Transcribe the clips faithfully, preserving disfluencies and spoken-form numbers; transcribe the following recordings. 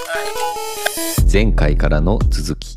前回からの続き。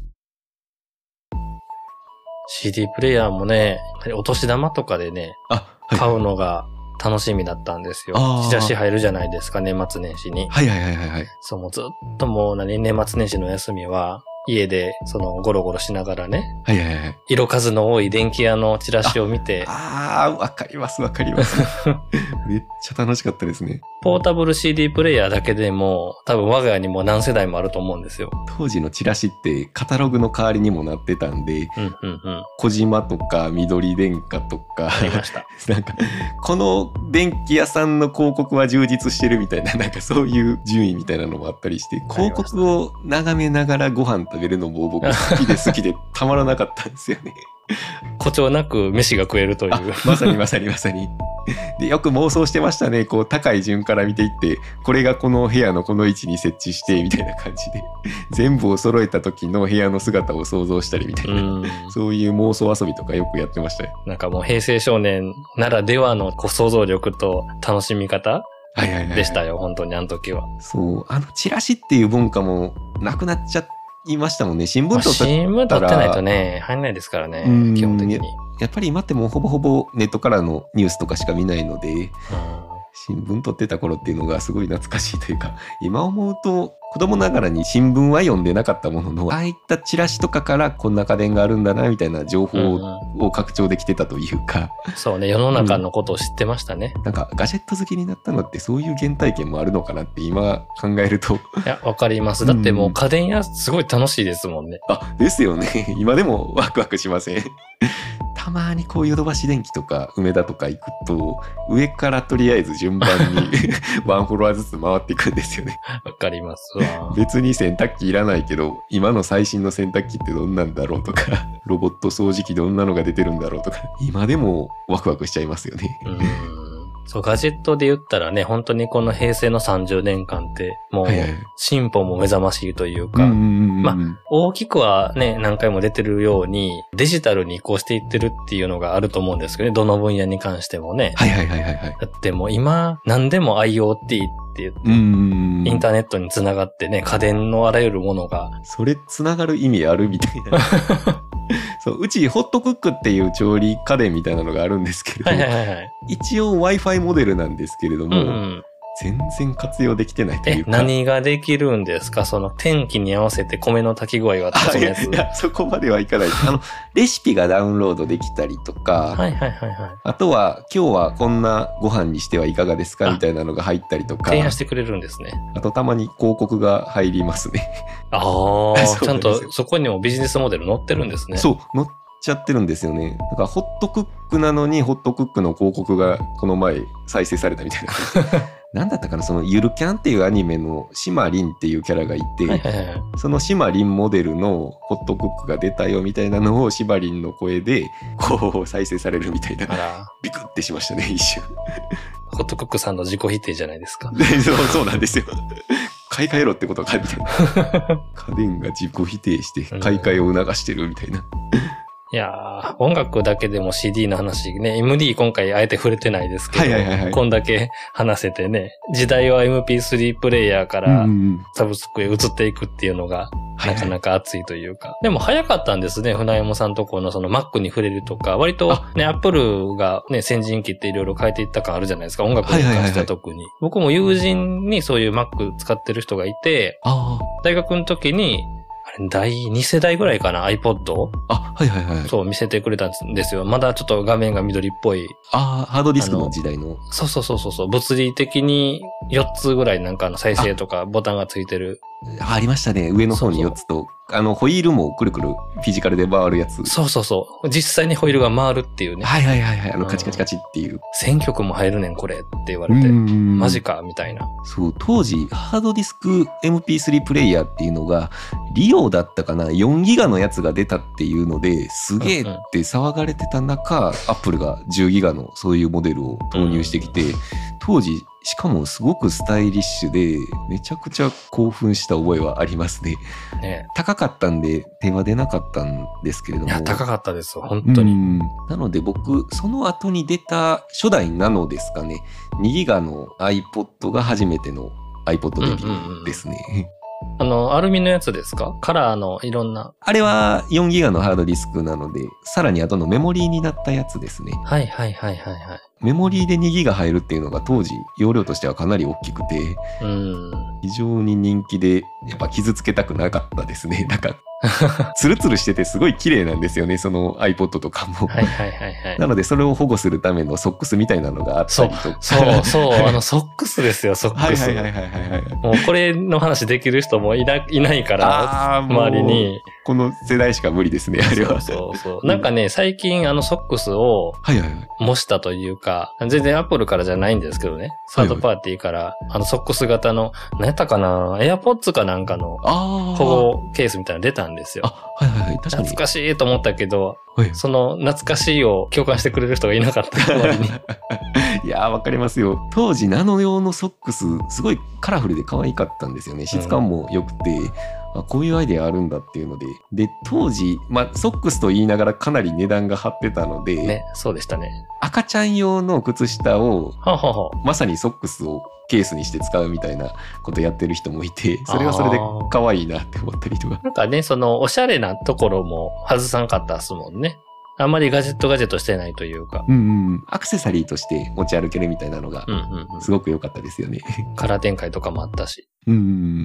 シーディー プレイヤーもね、お年玉とかでね、 あ、はい、 買うのが楽しみだったんですよ。チラシ入るじゃないですか、年末年始に。 はいはいはいはい。 そう、もうずっともう何、年末年始の休みは、家で、その、ゴロゴロしながらね。 はいはいはい。 色数の多い電気屋のチラシを見て。 ああ、わかりますわかります。めっちゃ楽しかったですね。 ポータブル シーディー プレイヤーだけでも、多分我が家にも何世代もあると思うんですよ。 当時のチラシってカタログの代わりにもなってたんで、 うんうんうん。 小島とか緑電化とか。 ありました。 なんか、この電気屋さんの広告は充実してるみたいな、なんかそういう順位みたいなのもあったりして、広告を眺めながらご飯食べるのも僕好きで好きでたまらなかったんですよね。 誇張なく飯が食えるという。 まさにまさにまさに。で、よく妄想してましたね。こう、高い順から見ていって、これがこの部屋のこの位置に設置して、みたいな感じで、全部を揃えた時の部屋の姿を想像したりみたいな、うんそういう妄想遊びとかよくやってましたね。 なんかもう平成少年ならではのこう想像力と楽しみ方でしたよ、本当にあの時は。 そう、あのチラシっていう文化もなくなっちゃって、言いましたもんね。新聞撮ったら、 新聞撮ってないとね、入んないですからね、基本的に。 やっぱり今ってもうほぼほぼネットからのニュースとかしか見ないので、新聞撮ってた頃っていうのがすごい懐かしいというか、今思うと子供ながらに新聞は読んでなかったものの、ああいったチラシとかからこんな家電があるんだなみたいな情報を拡張できてたというか、 うんうん、そうね、世の中のことを知ってましたね、 うん、なんかガジェット好きになったのってそういう原体験もあるのかなって今考えると。いや、わかります。だってもう家電屋すごい楽しいですもんね。 うん、あ、ですよね。今でもワクワクしません？たまにこうヨドバシ電機とか梅田とか行くと上からとりあえず順番にワンフロアずつ回っていくんですよね。 わかりますわ。 別に洗濯機いらないけど今の最新の洗濯機ってどんなんだろうとかロボット掃除機どんなのが出てるんだろうとか今でもワクワクしちゃいますよね。うんそう、ガジェットで言ったらね、本当にこの平成のさんじゅうねんかんって、もう、進歩も目覚ましいというか、まあ、大きくはね、何回も出てるように、デジタルに移行していってるっていうのがあると思うんですけどね、どの分野に関してもね。 はいはいはいはい、はい。 だってもう今、何でも IoT って言って、うんインターネットにつながってね、家電のあらゆるものが。 それつながる意味あるみたいな。そう、うちホットクックっていう調理家電みたいなのがあるんですけれども、はいはいはい、一応 Wi-Fi モデルなんですけれども、うんうん、全然活用できてないというか。 え、何ができるんですか？その天気に合わせて米の炊き具合はそのやつ。いや、いや、そこまではいかない。あの、レシピがダウンロードできたりとか、 はいはいはいはい。 あとは、今日はこんなご飯にしてはいかがですかみたいなのが入ったりとか。 提案してくれるんですね。 あとたまに広告が入りますね。 ああ、ちゃんとそこにもビジネスモデル載ってるんですね。 そう、載っちゃってるんですよね。だからホットクックなのにホットクックの広告がこの前再生されたみたいな。なんだったかな、そのゆるキャンっていうアニメのシマリンっていうキャラがいて、はいはいはい、そのシマリンモデルのホットクックが出たよみたいなのをシマリンの声でこう再生されるみたいな。ビクってしましたね、一瞬。 ホットクックさんの自己否定じゃないですか。 そう、そうなんですよ。買い替えろってことかみたいな。家電が自己否定して買い替えを促してるみたいな。 いやー、音楽だけでも シーディー の話ね、エムディー 今回あえて触れてないですけど、はいはいはいはい、こんだけ話せてね、時代は エムピースリー プレイヤーからサブスクへ移っていくっていうのが、なかなか熱いというか。はいはい、でも早かったんですね、船山さんとこのその Mac に触れるとか、割とね、Apple がね、先陣切っていろいろ変えていった感あるじゃないですか、音楽に関しては特に。はいはいはいはい、僕も友人にそういう Mac 使ってる人がいて、大学の時に、だいに世代ぐらいかな、iPod? あ、はいはいはい。 そう見せてくれたんですよ。まだちょっと画面が緑っぽい。 ああ、ハードディスクの時代の。 そうそうそうそう。物理的によっつぐらいなんかの再生とかボタンがついてる。 あ, ありましたね。上の方によっつと。そうそうあの、ホイールもくるくるフィジカルで回るやつ。 そうそうそう。実際にホイールが回るっていうね。 はいはいはいはい。あの、カチカチカチっていう。 せんきょくも入るねん、これって言われて。マジかみたいな。 そう、当時、ハードディスク エムピースリー プレイヤーっていうのが、リオだったかな ?よんギガのやつが出たっていうので、すげえって騒がれてた中、うんうん、アップルがじゅうギガのそういうモデルを投入してきて、うん、当時、しかもすごくスタイリッシュで、めちゃくちゃ興奮した覚えはありますね。ね高かったんで手は出なかったんですけれども。 いや、高かったですよ、本当に。 なので僕、その後に出た初代ナノですかね。にギガの iPod が初めての iPod デビューですね。 うんうんうん、 あの、アルミのやつですか？カラーのいろんな。 あれはよんギガのハードディスクなので、さらに後のメモリーになったやつですね。 はいはいはいはいはい。 メモリーでにギガ入るっていうのが当時容量としてはかなり大きくて、 うん、 非常に人気で、やっぱ傷つけたくなかったですね。なんか、ツルツルしててすごい綺麗なんですよね、その iPod とかも。 はいはいはいはい。 なのでそれを保護するためのソックスみたいなのがあったりとか。 そう、そうそう、あのソックスですよ、ソックス。 はいはいはいはいはい。 もうこれの話できる人もいな、いないから、周りに。 この世代しか無理ですね、あれは。 そうそうそう。なんかね、最近あのソックスを模したというか、全然アップルからじゃないんですけどね、サードパーティーから、あのソックス型の、何やったかな、AirPods かなんかの保護ケースみたいなの出たんですよ。 あ、はいはいはい。確かに。 懐かしいと思ったけど、はい、その懐かしいを共感してくれる人がいなかった代わりに。 いやー、わかりますよ。当時ナノ用のソックス、すごいカラフルで可愛かったんですよね。質感も良くて、うん、あ、こういうアイデアあるんだっていうので。で、当時、まあ、ソックスと言いながらかなり値段が張ってたので、 ね、そうでしたね。 赤ちゃん用の靴下を、 はははまさにソックスをケースにして使うみたいなことやってる人もいて、それはそれで可愛いなって思ったりとか。 なんかね、そのおしゃれなところも外さんかったっすもんね。あんまりガジェットガジェットしてないというか。 うんうん。アクセサリーとして持ち歩けるみたいなのが、すごく良かったですよね。 うんうんうん、カラー展開とかもあったし。 うんうん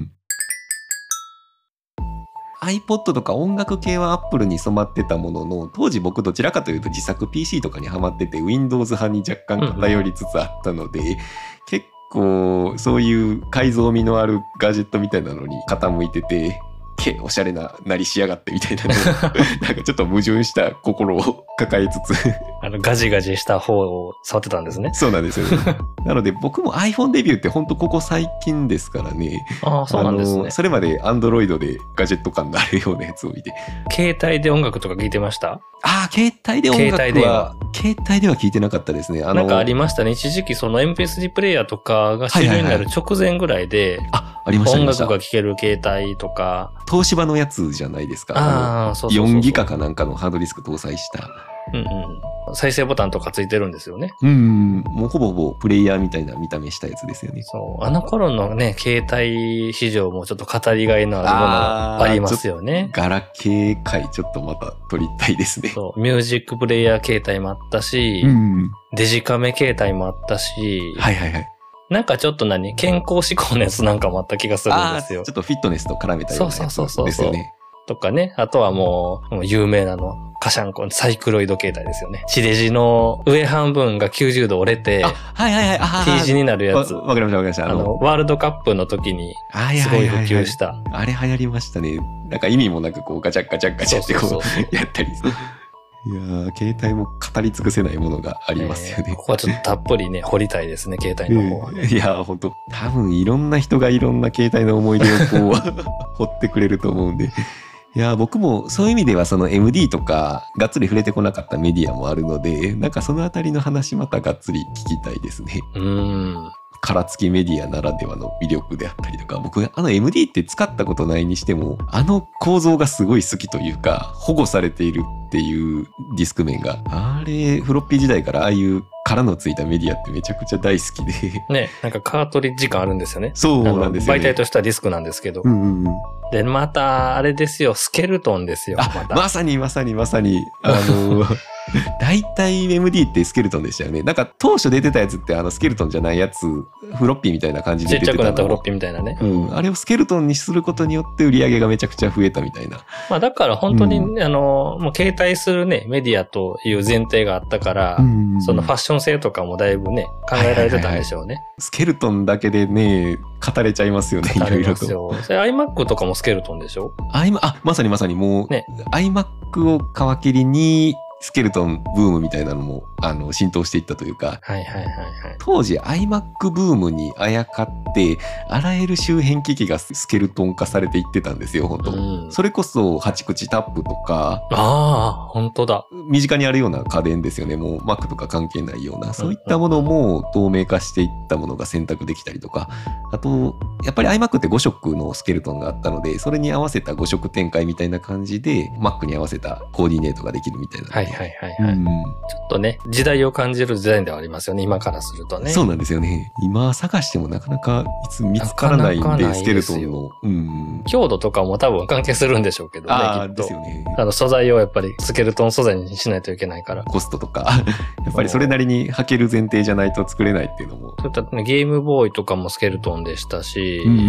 。iPod とか音楽系は Apple に染まってたものの、当時僕どちらかというと自作 ピーシー とかにハマってて Windows 派に若干偏りつつあったので、うんうん、結構そういう改造味のあるガジェットみたいなのに傾いてて、けおしゃれななりしやがってみたいな、ね、なんかちょっと矛盾した心を抱えつつあのガジガジした方を触ってたんですね。 そうなんですよね。なので僕も iPhone デビューってほんとここ最近ですからね。 ああ、そうなんですね。 それまで Android でガジェット感のあるようなやつを見て。 携帯で音楽とか聴いてました？ ああ、携帯で音楽は携帯では携帯では聞いてなかったですね。 あのなんかありましたね。一時期その エムピースリー プレイヤーとかが主流になる直前ぐらいで、はいはいはい、あ、ありました。音楽が聴ける携帯とか。 東芝のやつじゃないですか。 ああ、そうそうそうそう。 よんギガかなんかのハードディスク搭載した。 うんうん。再生ボタンとかついてるんですよね。 うん。もうほぼほぼプレイヤーみたいな見た目したやつですよね。 そう。あの頃のね、携帯市場もちょっと語りがいのあるものがありますよね。 ガラケー界ちょっとまた取りたいですね。 そう。ミュージックプレイヤー携帯もあったし、うん、デジカメ携帯もあったし、 はいはいはい。 なんかちょっと何健康志向のやつなんかもあった気がするんですよ。 ちょっとフィットネスと絡めたようなやつですよね。そうそうそうそう。 とかね。あとはもう、もう有名なの。カシャンコ、サイクロイド携帯ですよね。地デジの上半分がきゅうじゅうど折れて、 はいはいはい。 T 字になるやつ。 わかりましたわかりました。 あの、ワールドカップの時に、すごい普及した。 あれ流行りましたね。なんか意味もなくこうガチャッガチャッガチャってこう、そうそうそうやったり。いやー、携帯も語り尽くせないものがありますよね。 えー、ここはちょっとたっぷりね、掘りたいですね、携帯の方は、ね。 いやー、ほんと、多分いろんな人がいろんな携帯の思い出をこう、掘ってくれると思うんで。いやー、僕もそういう意味ではその エムディー とか、がっつり触れてこなかったメディアもあるので、なんかそのあたりの話またがっつり聞きたいですね。 うーん。 殻付きメディアならではの魅力であったりとか、僕あの エムディー って使ったことないにしても、あの構造がすごい好きというか、保護されているっていうディスク面が、あれフロッピー時代からああいう殻のついたメディアってめちゃくちゃ大好きで。 ね、なんかカートリッジ感あるんですよね。 そうなんですよね。 媒体としてはディスクなんですけど。 うんうんうん。 で、また、あれですよ、スケルトンですよ。 あ、またまさにまさにまさに、あの、大体 エムディー ってスケルトンでしたよね。なんか当初出てたやつってあのスケルトンじゃないやつ、フロッピーみたいな感じで出てたの。 ちっちゃくなったフロッピーみたいなね。 うん。あれをスケルトンにすることによって売り上げがめちゃくちゃ増えたみたいな。 まあだから本当に、うん、あの、もう携帯するね、メディアという前提があったから、うんうん、そのファッション性とかもだいぶね、考えられてたんでしょうね。はいはいはい、 スケルトンだけでね、語れちゃいますよね、いろいろと。 それ iMac とかもスケルトンでしょ？ iMac、あ、まさにまさにもう、ね、iMac を皮切りに、スケルトンブームみたいなのも、あの、浸透していったというか、 はいはいはいはい。 当時 iMac ブームにあやかって、あらゆる周辺機器がスケルトン化されていってたんですよ、本当、うん、それこそ、はち口タップとか、 ああ、本当だ。 身近にあるような家電ですよね、もう Mac とか関係ないような、そういったものも透明化していったものが選択できたりとか、あと、 やっぱり iMac ってご色のスケルトンがあったので、それに合わせたご色展開みたいな感じで Mac に合わせたコーディネートができるみたいな。 はいはいはいはい、うん。ちょっとね、時代を感じるデザインではありますよね、今からするとね。 そうなんですよね。今探してもなかなかいつ見つからないんで、なかなかないスケルトンの、うん、 強度とかも多分関係するんでしょうけどね。 ああ、ですよね。 あの素材をやっぱりスケルトン素材にしないといけないから。 コストとか、やっぱりそれなりに履ける前提じゃないと作れないっていうのも。 そういったね、ゲームボーイとかもスケルトンでしたし、 うん、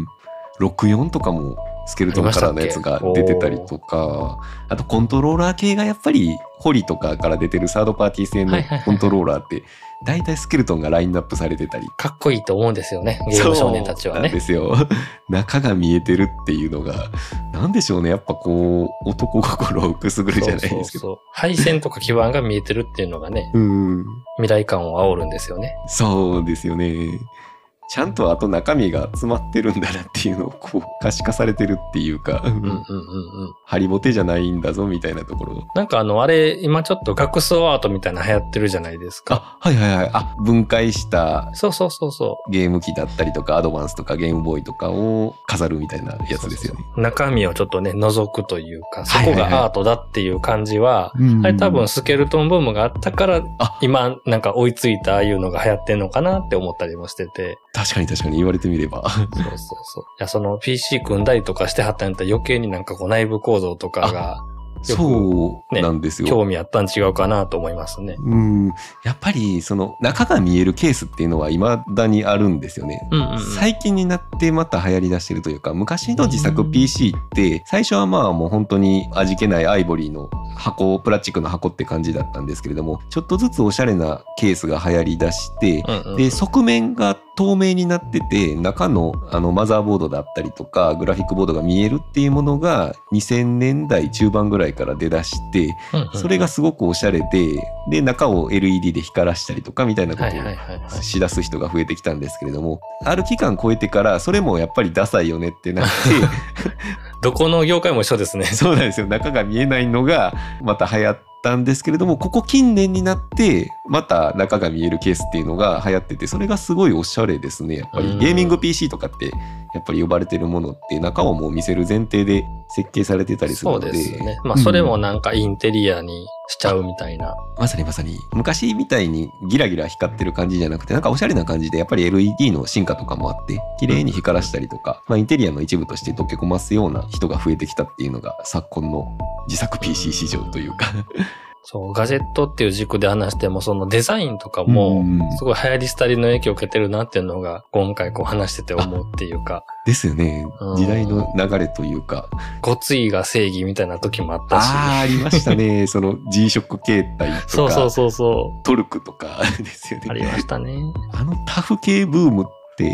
ろくじゅうよんとかもスケルトンカラーのやつが出てたりとか、あとコントローラー系がやっぱりホリとかから出てるサードパーティー製のコントローラーって大体スケルトンがラインナップされてたり。 かっこいいと思うんですよね、ゲーム少年たちはね。 そうなんですよ。中が見えてるっていうのが、なんでしょうね、やっぱこう、男心をくすぐるじゃないですけど。そうそうそう。 配線とか基板が見えてるっていうのがね、うん未来感を煽るんですよね。 そうですよね。ちゃんとあと中身が詰まってるんだなっていうのをこう可視化されてるっていうか、うんうんうんうん、ハリボテじゃないんだぞみたいなところ。 なんかあのあれ今ちょっと学装アートみたいな流行ってるじゃないですか。 あ、はいはいはい。あ、分解したそうそうそうそうゲーム機だったりとかアドバンスとかゲームボーイとかを飾るみたいなやつですよね。そうそう中身をちょっとね覗くというか、そこがアートだっていう感じは、はいはいはい、あれ多分スケルトンブームがあったから今なんか追いついたああいうのが流行ってんのかなって思ったりもしてて。 確かに確かに言われてみれば。 そうそうそう。いや、その ピーシー 組んだりとかしてはったんやったら余計になんかこう内部構造とかが、 そうなんですよ、 ね。興味あったん違うかなと思いますね。 うん。やっぱりその中が見えるケースっていうのは未だにあるんですよね。うんうんうん、最近になってまた流行り出してるというか、昔の自作 ピーシー って最初はまあもう本当に味気ないアイボリーの箱、プラスチックの箱って感じだったんですけれども、ちょっとずつおしゃれなケースが流行り出して、うんうん、で側面が透明になってて、中のあのマザーボードだったりとかグラフィックボードが見えるっていうものがにせんねんだい中盤ぐらいから出だして、うんうんうん、それがすごくおしゃれで、で中を エルイーディー で光らしたりとかみたいなことをしだす人が増えてきたんですけれども、ある期間超えてからそれもやっぱりダサいよねってなってどこの業界も一緒ですね。 そうなんですよ。中が見えないのがまた流行ったんですけれども、ここ近年になってまた中が見えるケースっていうのが流行ってて、それがすごいおしゃれですね。やっぱりゲーミング ピーシー とかってやっぱり呼ばれてるものって中をもう見せる前提で設計されてたりするので。 そうですね。まあそれもなんかインテリアにしちゃうみたいな、 うん、まさにまさに昔みたいにギラギラ光ってる感じじゃなくて、なんかおしゃれな感じでやっぱり エルイーディー の進化とかもあって綺麗に光らしたりとか、まあインテリアの一部として溶け込ますような人が増えてきたっていうのが昨今の自作 ピーシー 市場というかそう、ガジェットっていう軸で話しても、そのデザインとかも、すごい流行り廃りの影響を受けてるなっていうのが、今回こう話してて思うっていうか。 ですよね。時代の流れというか。 ごついが正義みたいな時もあったし。 ああ、ありましたね。その G ショック形態とか。 そうそうそうそう。 トルクとかですよね。 ありましたね。 あのタフ系ブームって、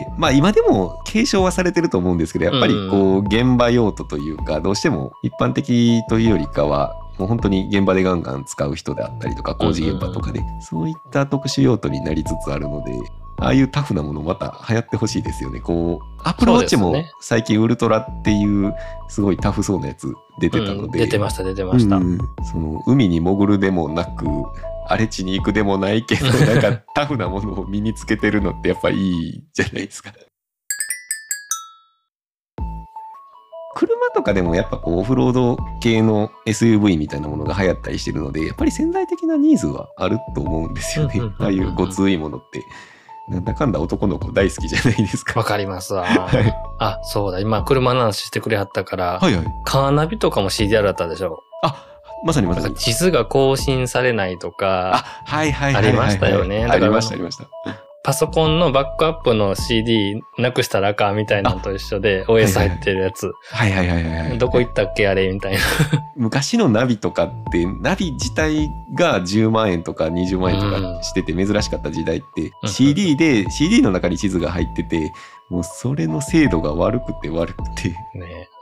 まあ今でも継承はされてると思うんですけど、やっぱりこう現場用途というか、どうしても一般的というよりかは、もう本当に現場でガンガン使う人であったりとか工事現場とかで、そういった特殊用途になりつつあるので、ああいうタフなものまた流行ってほしいですよね。こうアップルウォッチも最近ウルトラっていうすごいタフそうなやつ出てたので、うん、 出てました出てました、うん、 その海に潜るでもなく荒れ地に行くでもないけどなんかタフなものを身につけてるのってやっぱいいじゃないですか。車とかでもやっぱこうオフロード系の エスユーブイ みたいなものが流行ったりしてるので、やっぱり潜在的なニーズはあると思うんですよね。ああいうごついものってなんだかんだ男の子大好きじゃないですか。 わかりますわ、はい、あ、そうだ、今車の話してくれはったから、はいはい、カーナビとかも シーディーアール だったでしょ。 あ、まさにまさに地図が更新されないとか、あ、 はいはいはい、はい、 ありましたよね。 ありましたありました。 パソコンのバックアップの シーディー なくしたらあかんみたいなのと一緒で オーエス 入ってるやつ。 はいはいはいはい、はい。 どこ行ったっけあれみたいな。 昔のナビとかってナビ自体がじゅうまんえんとかにじゅうまんえんとかしてて珍しかった時代って、うん、シーディー で シーディー の中に地図が入ってて、もうそれの精度が悪くて悪くて。 ね。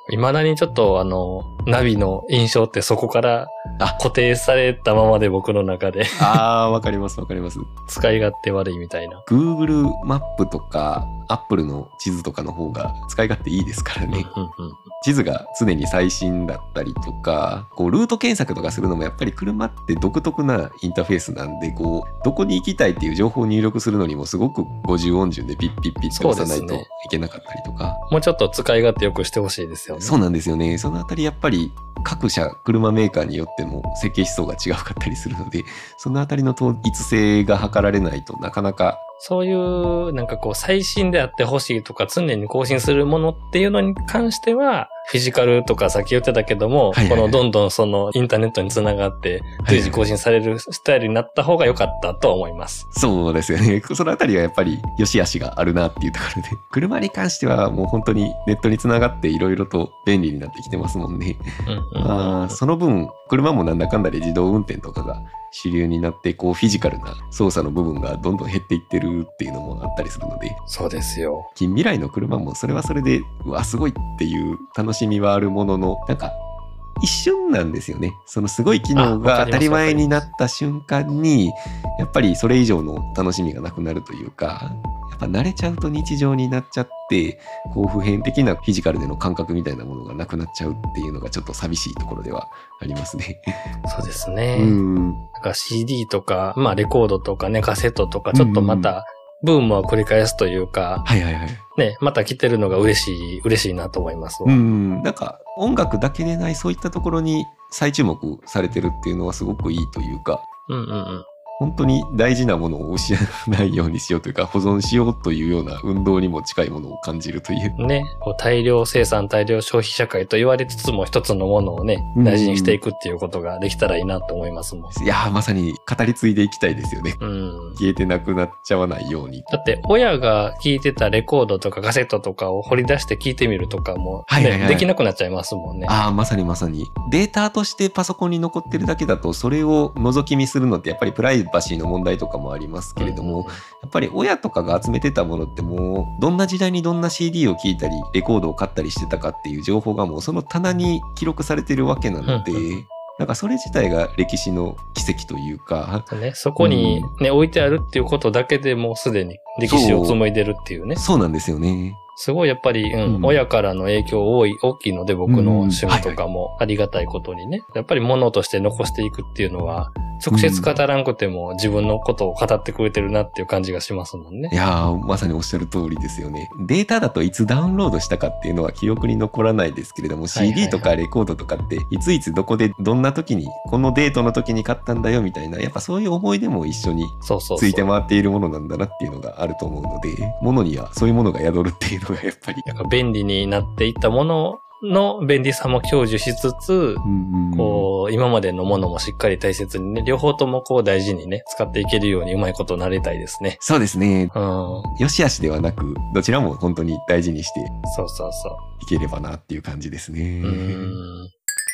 未だにちょっとあの、ナビの印象ってそこから固定されたままで僕の中で。 ああ、わかりますわかります。 使い勝手悪いみたいな。 Google マップとか Apple の地図とかの方が使い勝手いいですからね。 うんうんうん、 地図が常に最新だったりとか、こうルート検索とかするのもやっぱり車って独特なインターフェースなんで、こうどこに行きたいっていう情報を入力するのにもすごくごじゅう音順でピッピッピッって押さないといけなかったりとか。 もうちょっと使い勝手よくしてほしいですよね。 そうなんですよね。そのあたりやっぱり各社車メーカーによっても設計思想が違うかったりするので、そのあたりの統一性が図られないとなかなか。 そういうなんかこう最新であってほしいとか常に更新するものっていうのに関してはフィジカルとかさっき言ってたけども、はいはいはい、このどんどんそのインターネットにつながって随時更新されるスタイルになった方が良かったと思います。 そうですよね。そのあたりはやっぱり良し悪しがあるなっていうところで、車に関してはもう本当にネットにつながっていろいろと便利になってきてますもんね。うんうんうん、あその分車もなんだかんだで自動運転とかが主流になって、こうフィジカルな操作の部分がどんどん減っていってるっていうのもあったりするので。 そうですよ。 近未来の車もそれはそれでうわすごいっていう楽しみはあるものの、なんか一瞬なんですよね。そのすごい機能が当たり前になった瞬間にやっぱりそれ以上の楽しみがなくなるというか、やっぱ慣れちゃうと日常になっちゃって、こう普遍的なフィジカルでの感覚みたいなものがなくなっちゃうっていうのがちょっと寂しいところではありますね。 そうですね。うん。なんか シーディー とか、まあレコードとかね、カセットとかちょっとまたブームは繰り返すというか、 はいはいはい。 ね、また来てるのが嬉しい、嬉しいなと思いますわ。 うん。なんか音楽だけでないそういったところに再注目されてるっていうのはすごくいいというか、 うんうんうん。 本当に大事なものを失わないようにしようというか、保存しようというような運動にも近いものを感じるという。 ね、こう大量生産、大量消費社会と言われつつも一つのものをね、大事にしていくっていうことができたらいいなと思いますもん。 いやー、まさに語り継いでいきたいですよね。うん。消えてなくなっちゃわないように。 だって親が聴いてたレコードとかカセットとかを掘り出して聴いてみるとかも、ね、はいはいはい、できなくなっちゃいますもんね。 ああ、まさにまさに。データとしてパソコンに残ってるだけだと、それを覗き見するのってやっぱりプライバシーの問題とかとかもありますけれども、うん、やっぱり親とかが集めてたものってもうどんな時代にどんな シーディー を聴いたりレコードを買ったりしてたかっていう情報がもうその棚に記録されてるわけなので、うん、なんかそれ自体が歴史の奇跡というか、 ね、そこに、ね、うん、置いてあるっていうことだけでもうすでに歴史を紡いでるっていうね。 そう、そうなんですよね。 すごいやっぱり、うんうん、親からの影響多い、大きいので僕の趣味とかもありがたいことにね、うんはいはい、やっぱり物として残していくっていうのは、直接語らんくても自分のことを語ってくれてるなっていう感じがしますもんね。 いやー、まさにおっしゃる通りですよね。データだといつダウンロードしたかっていうのは記憶に残らないですけれども、はいはいはい、シーディー とかレコードとかっていついつどこでどんな時にこのデートの時に買ったんだよみたいな、やっぱそういう思い出も一緒について回っているものなんだなっていうのがあると思うので、物にはそういうものが宿るっていうのがやっぱりなんか便利になっていったものの便利さも享受しつつ、うんうん、こう今までのものもしっかり大切にね、両方ともこう大事にね使っていけるようにうまいことなりたいですね。 そうですね。うん。よしあしではなくどちらも本当に大事にしてそうそうそういければなっていう感じですね。うん。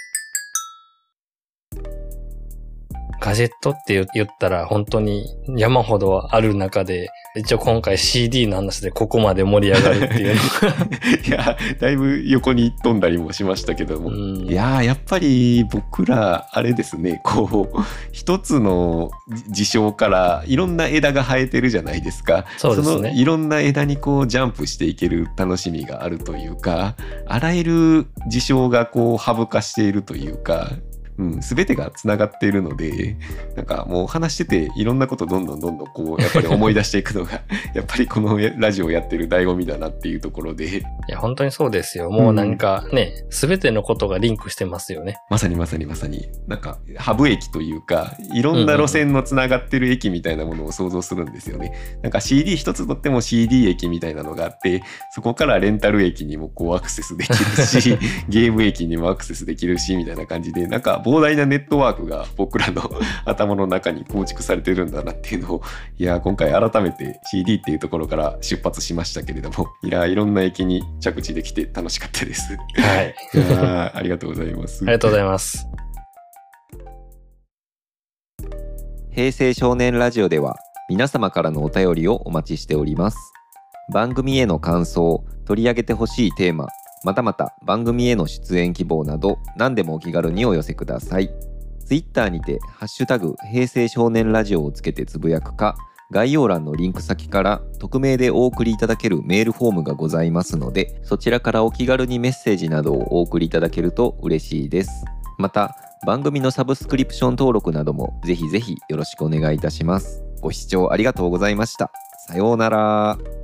ガジェットって言ったら本当に山ほどある中で、一応今回 シーディー の話でここまで盛り上がるっていうのいや、だいぶ横に飛んだりもしましたけども。いや、やっぱり僕ら、あれですね、こう、一つの事象からいろんな枝が生えてるじゃないですか。 そうですね。 そのいろんな枝にこうジャンプしていける楽しみがあるというか、あらゆる事象がこう省かしているというか、うん、全てがつながっているので、なんかもう話してていろんなことどんどんどんどんこうやっぱり思い出していくのがやっぱりこのラジオをやってる醍醐味だなっていうところで、 いや本当にそうですよ。もうなんかね、うん、全てのことがリンクしてますよね。 まさにまさにまさになんかハブ駅というか、いろんな路線のつながってる駅みたいなものを想像するんですよね。なんか シーディー 一つとっても シーディー 駅みたいなのがあって、そこからレンタル駅にもこうアクセスできるしゲーム駅にもアクセスできるしみたいな感じで、なんか膨大なネットワークが僕らの頭の中に構築されてるんだなっていうのを、いや今回改めて シーディー っていうところから出発しましたけれども、いやいろんな駅に着地できて楽しかったです。 はい。 いやありがとうございます。 ありがとうございます。 平成少年ラジオでは皆様からのお便りをお待ちしております。番組への感想、取り上げてほしいテーマ、 またまた番組への出演希望など何でもお気軽にお寄せください。ツイッターにてハッシュタグ平成少年ラジオをつけてつぶやくか、概要欄のリンク先から匿名でお送りいただけるメールフォームがございますので、そちらからお気軽にメッセージなどをお送りいただけると嬉しいです。また番組のサブスクリプション登録などもぜひぜひよろしくお願いいたします。ご視聴ありがとうございました。さようなら。